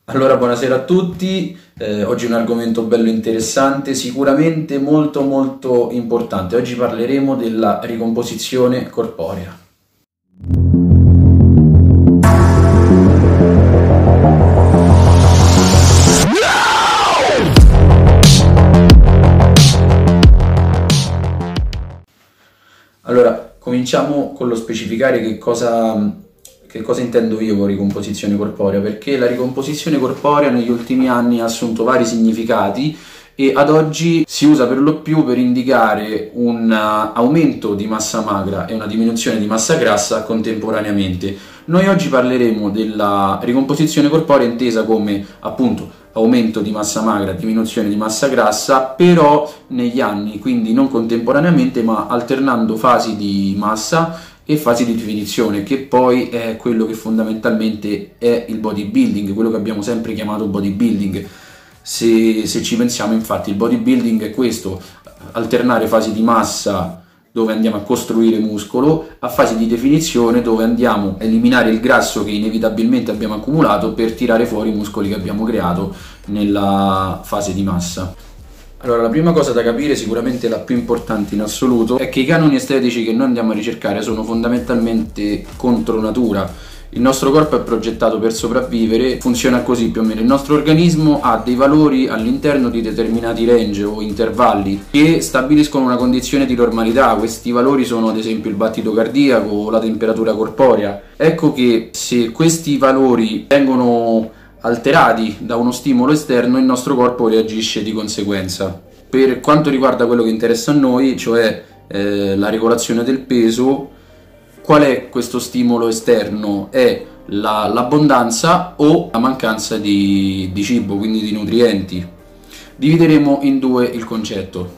Allora, buonasera a tutti. Oggi è un argomento bello interessante, sicuramente molto molto importante. Oggi parleremo della ricomposizione corporea. Allora, cominciamo con lo specificare che cosa intendo io con ricomposizione corporea, perché la ricomposizione corporea negli ultimi anni ha assunto vari significati e ad oggi si usa per lo più per indicare un aumento di massa magra e una diminuzione di massa grassa contemporaneamente. Noi oggi parleremo della ricomposizione corporea intesa come appunto aumento di massa magra, diminuzione di massa grassa, però negli anni, quindi non contemporaneamente ma alternando fasi di massa e fasi di definizione, che poi è quello che fondamentalmente è il bodybuilding, quello che abbiamo sempre chiamato bodybuilding. Se ci pensiamo, infatti, il bodybuilding è questo: alternare fasi di massa dove andiamo a costruire muscolo a fasi di definizione dove andiamo a eliminare il grasso che inevitabilmente abbiamo accumulato per tirare fuori i muscoli che abbiamo creato nella fase di massa. Allora, la prima cosa da capire, sicuramente la più importante in assoluto, è che i canoni estetici che noi andiamo a ricercare sono fondamentalmente contro natura. Il nostro corpo è progettato per sopravvivere, funziona così più o meno. Il nostro organismo ha dei valori all'interno di determinati range o intervalli che stabiliscono una condizione di normalità. Questi valori sono ad esempio il battito cardiaco o la temperatura corporea. Ecco che se questi valori vengono alterati da uno stimolo esterno, il nostro corpo reagisce di conseguenza. Per quanto riguarda quello che interessa a noi, cioè la regolazione del peso, qual è questo stimolo esterno? È l'abbondanza o la mancanza di cibo, quindi di nutrienti. Divideremo in due il concetto.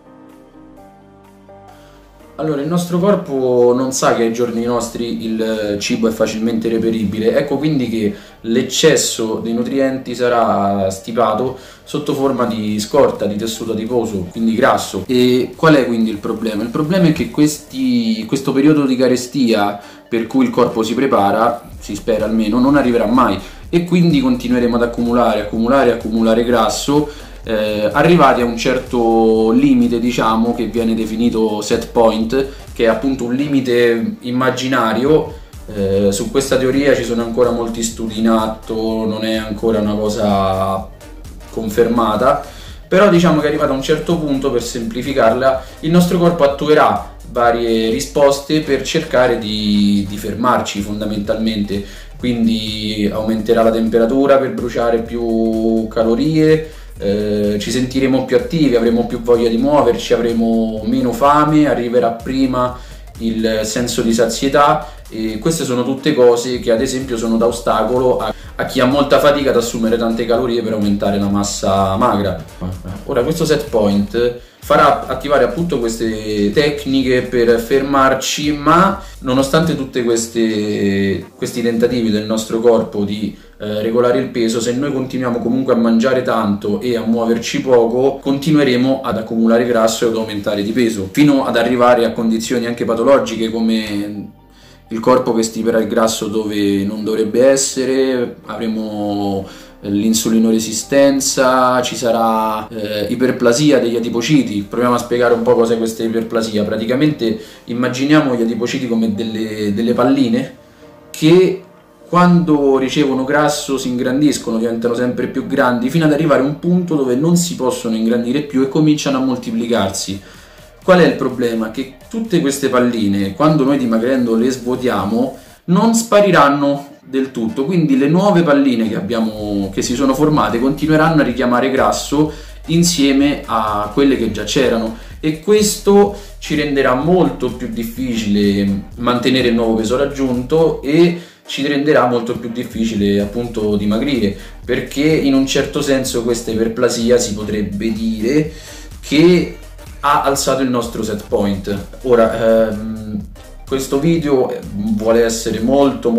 Allora, il nostro corpo non sa che ai giorni nostri il cibo è facilmente reperibile, ecco quindi che l'eccesso dei nutrienti sarà stipato sotto forma di scorta, di tessuto adiposo, quindi grasso. E qual è quindi il problema? Il problema è che questo periodo di carestia per cui il corpo si prepara, si spera almeno, non arriverà mai e quindi continueremo ad accumulare grasso, arrivati a un certo limite, diciamo, che viene definito set point, che è appunto un limite immaginario. Su questa teoria ci sono ancora molti studi in atto, non è ancora una cosa confermata, però diciamo che arrivato a un certo punto, per semplificarla, il nostro corpo attuerà varie risposte per cercare di fermarci fondamentalmente, quindi aumenterà la temperatura per bruciare più calorie, ci sentiremo più attivi, avremo più voglia di muoverci, avremo meno fame, arriverà prima il senso di sazietà e queste sono tutte cose che ad esempio sono da ostacolo a chi ha molta fatica ad assumere tante calorie per aumentare la massa magra. Ora, questo set point farà attivare appunto queste tecniche per fermarci, ma nonostante tutti questi tentativi del nostro corpo di regolare il peso, se noi continuiamo comunque a mangiare tanto e a muoverci poco, continueremo ad accumulare grasso e ad aumentare di peso, fino ad arrivare a condizioni anche patologiche come il corpo che stiperà il grasso dove non dovrebbe essere, avremo l'insulinoresistenza, ci sarà iperplasia degli adipociti. Proviamo a spiegare un po' cos'è questa iperplasia. Praticamente immaginiamo gli adipociti come delle palline che quando ricevono grasso si ingrandiscono, diventano sempre più grandi fino ad arrivare a un punto dove non si possono ingrandire più e cominciano a moltiplicarsi. Qual è il problema? Che tutte queste palline, quando noi dimagrendo le svuotiamo, non spariranno del tutto, quindi le nuove palline che si sono formate continueranno a richiamare grasso insieme a quelle che già c'erano e questo ci renderà molto più difficile mantenere il nuovo peso raggiunto e ci renderà molto più difficile appunto dimagrire, perché in un certo senso questa iperplasia si potrebbe dire che ha alzato il nostro set point. Ora, questo video vuole essere molto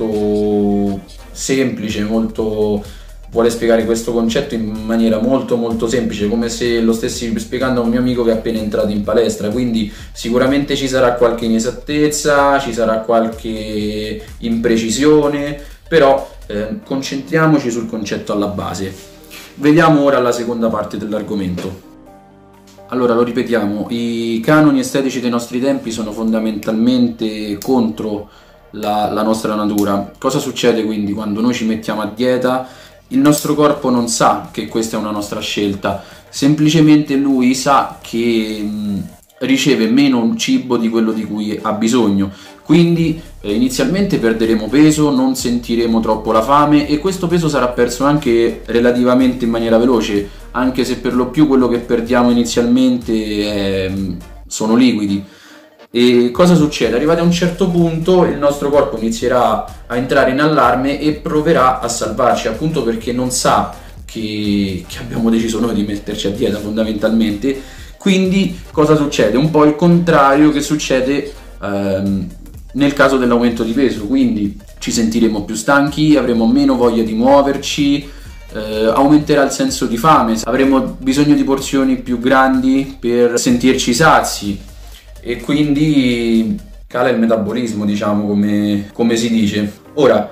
semplice, vuole spiegare questo concetto in maniera molto semplice, come se lo stessi spiegando a un mio amico che è appena entrato in palestra, quindi sicuramente ci sarà qualche inesattezza, ci sarà qualche imprecisione, però concentriamoci sul concetto alla base. Vediamo ora la seconda parte dell'argomento. Allora, lo ripetiamo, i canoni estetici dei nostri tempi sono fondamentalmente contro la nostra natura. Cosa succede quindi quando noi ci mettiamo a dieta? Il nostro corpo non sa che questa è una nostra scelta, semplicemente lui sa che riceve meno cibo di quello di cui ha bisogno, quindi inizialmente perderemo peso, non sentiremo troppo la fame e questo peso sarà perso anche relativamente in maniera veloce, anche se per lo più quello che perdiamo inizialmente sono liquidi. E cosa succede? Arrivati a un certo punto il nostro corpo inizierà a entrare in allarme e proverà a salvarci, appunto perché non sa che abbiamo deciso noi di metterci a dieta fondamentalmente. Quindi cosa succede? Un po' il contrario che succede nel caso dell'aumento di peso, quindi ci sentiremo più stanchi, avremo meno voglia di muoverci, aumenterà il senso di fame, avremo bisogno di porzioni più grandi per sentirci sazi e quindi cala il metabolismo, diciamo, come si dice. Ora,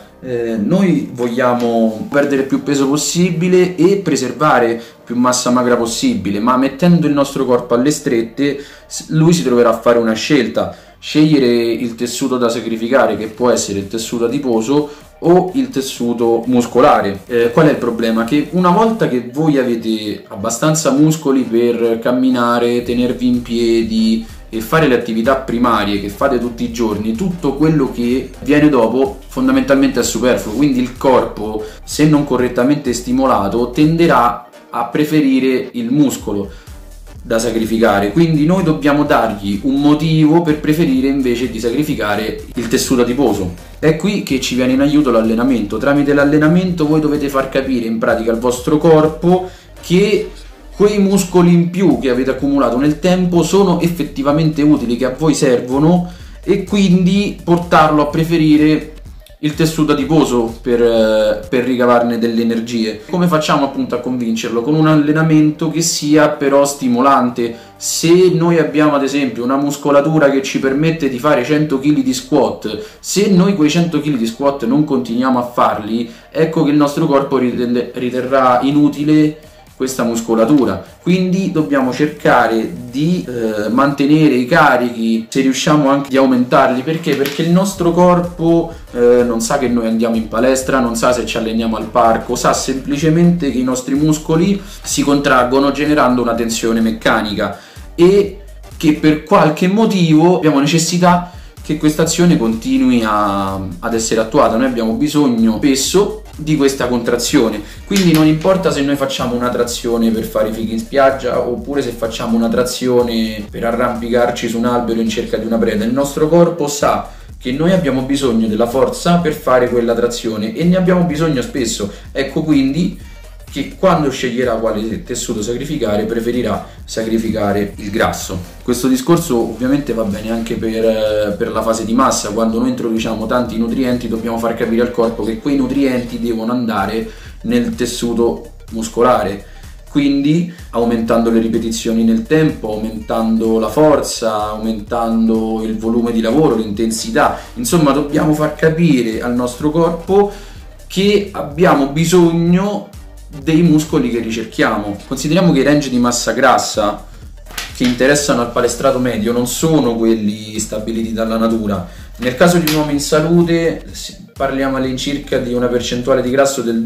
noi vogliamo perdere più peso possibile e preservare più massa magra possibile, ma mettendo il nostro corpo alle strette, lui si troverà a fare una scelta: scegliere il tessuto da sacrificare, che può essere il tessuto adiposo o il tessuto muscolare. Qual è il problema? Che una volta che voi avete abbastanza muscoli per camminare, tenervi in piedi e fare le attività primarie che fate tutti i giorni, tutto quello che viene dopo fondamentalmente è superfluo, quindi il corpo, se non correttamente stimolato, tenderà a preferire il muscolo da sacrificare, quindi noi dobbiamo dargli un motivo per preferire invece di sacrificare il tessuto adiposo. È qui che ci viene in aiuto l'allenamento. Tramite l'allenamento voi dovete far capire in pratica al vostro corpo che quei muscoli in più che avete accumulato nel tempo sono effettivamente utili, che a voi servono, e quindi portarlo a preferire il tessuto adiposo per ricavarne delle energie. Come facciamo appunto a convincerlo? Con un allenamento che sia però stimolante. Se noi abbiamo ad esempio una muscolatura che ci permette di fare 100 kg di squat, se noi quei 100 kg di squat non continuiamo a farli, ecco che il nostro corpo riterrà inutile questa muscolatura, quindi dobbiamo cercare di mantenere i carichi, se riusciamo anche di aumentarli. Perché? Perché il nostro corpo non sa che noi andiamo in palestra, non sa se ci alleniamo al parco, sa semplicemente che i nostri muscoli si contraggono generando una tensione meccanica e che per qualche motivo abbiamo necessità che questa azione continui ad essere attuata. Noi abbiamo bisogno spesso di questa contrazione, quindi non importa se noi facciamo una trazione per fare i fighi in spiaggia oppure se facciamo una trazione per arrampicarci su un albero in cerca di una preda, il nostro corpo sa che noi abbiamo bisogno della forza per fare quella trazione e ne abbiamo bisogno spesso. Ecco quindi che quando sceglierà quale tessuto sacrificare, preferirà sacrificare il grasso. Questo discorso ovviamente va bene anche per la fase di massa. Quando noi introduciamo tanti nutrienti dobbiamo far capire al corpo che quei nutrienti devono andare nel tessuto muscolare, quindi aumentando le ripetizioni nel tempo, aumentando la forza, aumentando il volume di lavoro, l'intensità. Insomma, dobbiamo far capire al nostro corpo che abbiamo bisogno dei muscoli che ricerchiamo. Consideriamo che i range di massa grassa che interessano al palestrato medio non sono quelli stabiliti dalla natura. Nel caso di un uomo in salute parliamo all'incirca di una percentuale di grasso del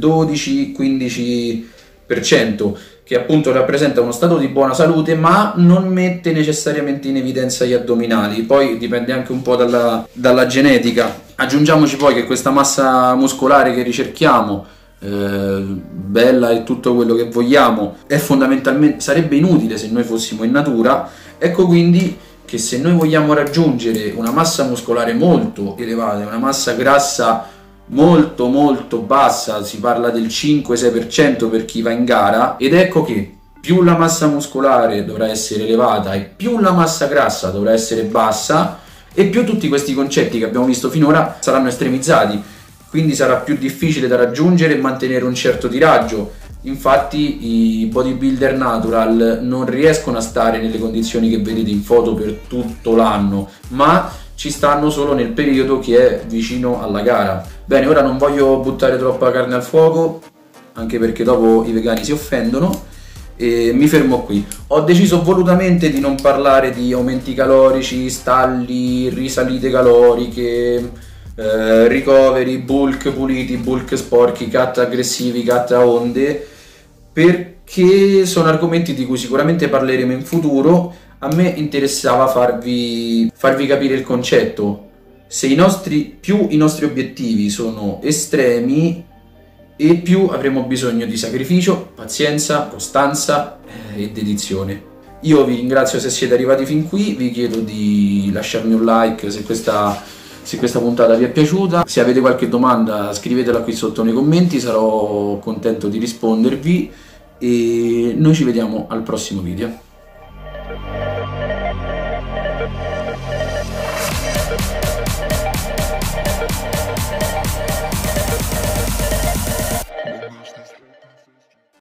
12-15%, che appunto rappresenta uno stato di buona salute ma non mette necessariamente in evidenza gli addominali. Poi dipende anche un po' dalla genetica. Aggiungiamoci poi che questa massa muscolare che ricerchiamo, bella e tutto quello che vogliamo, è fondamentalmente, sarebbe inutile se noi fossimo in natura. Ecco quindi che se noi vogliamo raggiungere una massa muscolare molto elevata, una massa grassa molto molto bassa, si parla del 5-6% per chi va in gara, ed ecco che più la massa muscolare dovrà essere elevata e più la massa grassa dovrà essere bassa, e più tutti questi concetti che abbiamo visto finora saranno estremizzati. Quindi sarà più difficile da raggiungere e mantenere un certo tiraggio. Infatti i bodybuilder natural non riescono a stare nelle condizioni che vedete in foto per tutto l'anno, ma ci stanno solo nel periodo che è vicino alla gara. Bene, ora non voglio buttare troppa carne al fuoco, anche perché dopo i vegani si offendono, e mi fermo qui. Ho deciso volutamente di non parlare di aumenti calorici, stalli, risalite caloriche, ricoveri, bulk puliti, bulk sporchi, cut aggressivi, cut a onde, perché sono argomenti di cui sicuramente parleremo in futuro. A me interessava farvi capire il concetto. Se più i nostri obiettivi sono estremi, e più avremo bisogno di sacrificio, pazienza, costanza e dedizione. Io vi ringrazio se siete arrivati fin qui, vi chiedo di lasciarmi un like se questa puntata vi è piaciuta. Se avete qualche domanda scrivetela qui sotto nei commenti, sarò contento di rispondervi e noi ci vediamo al prossimo video.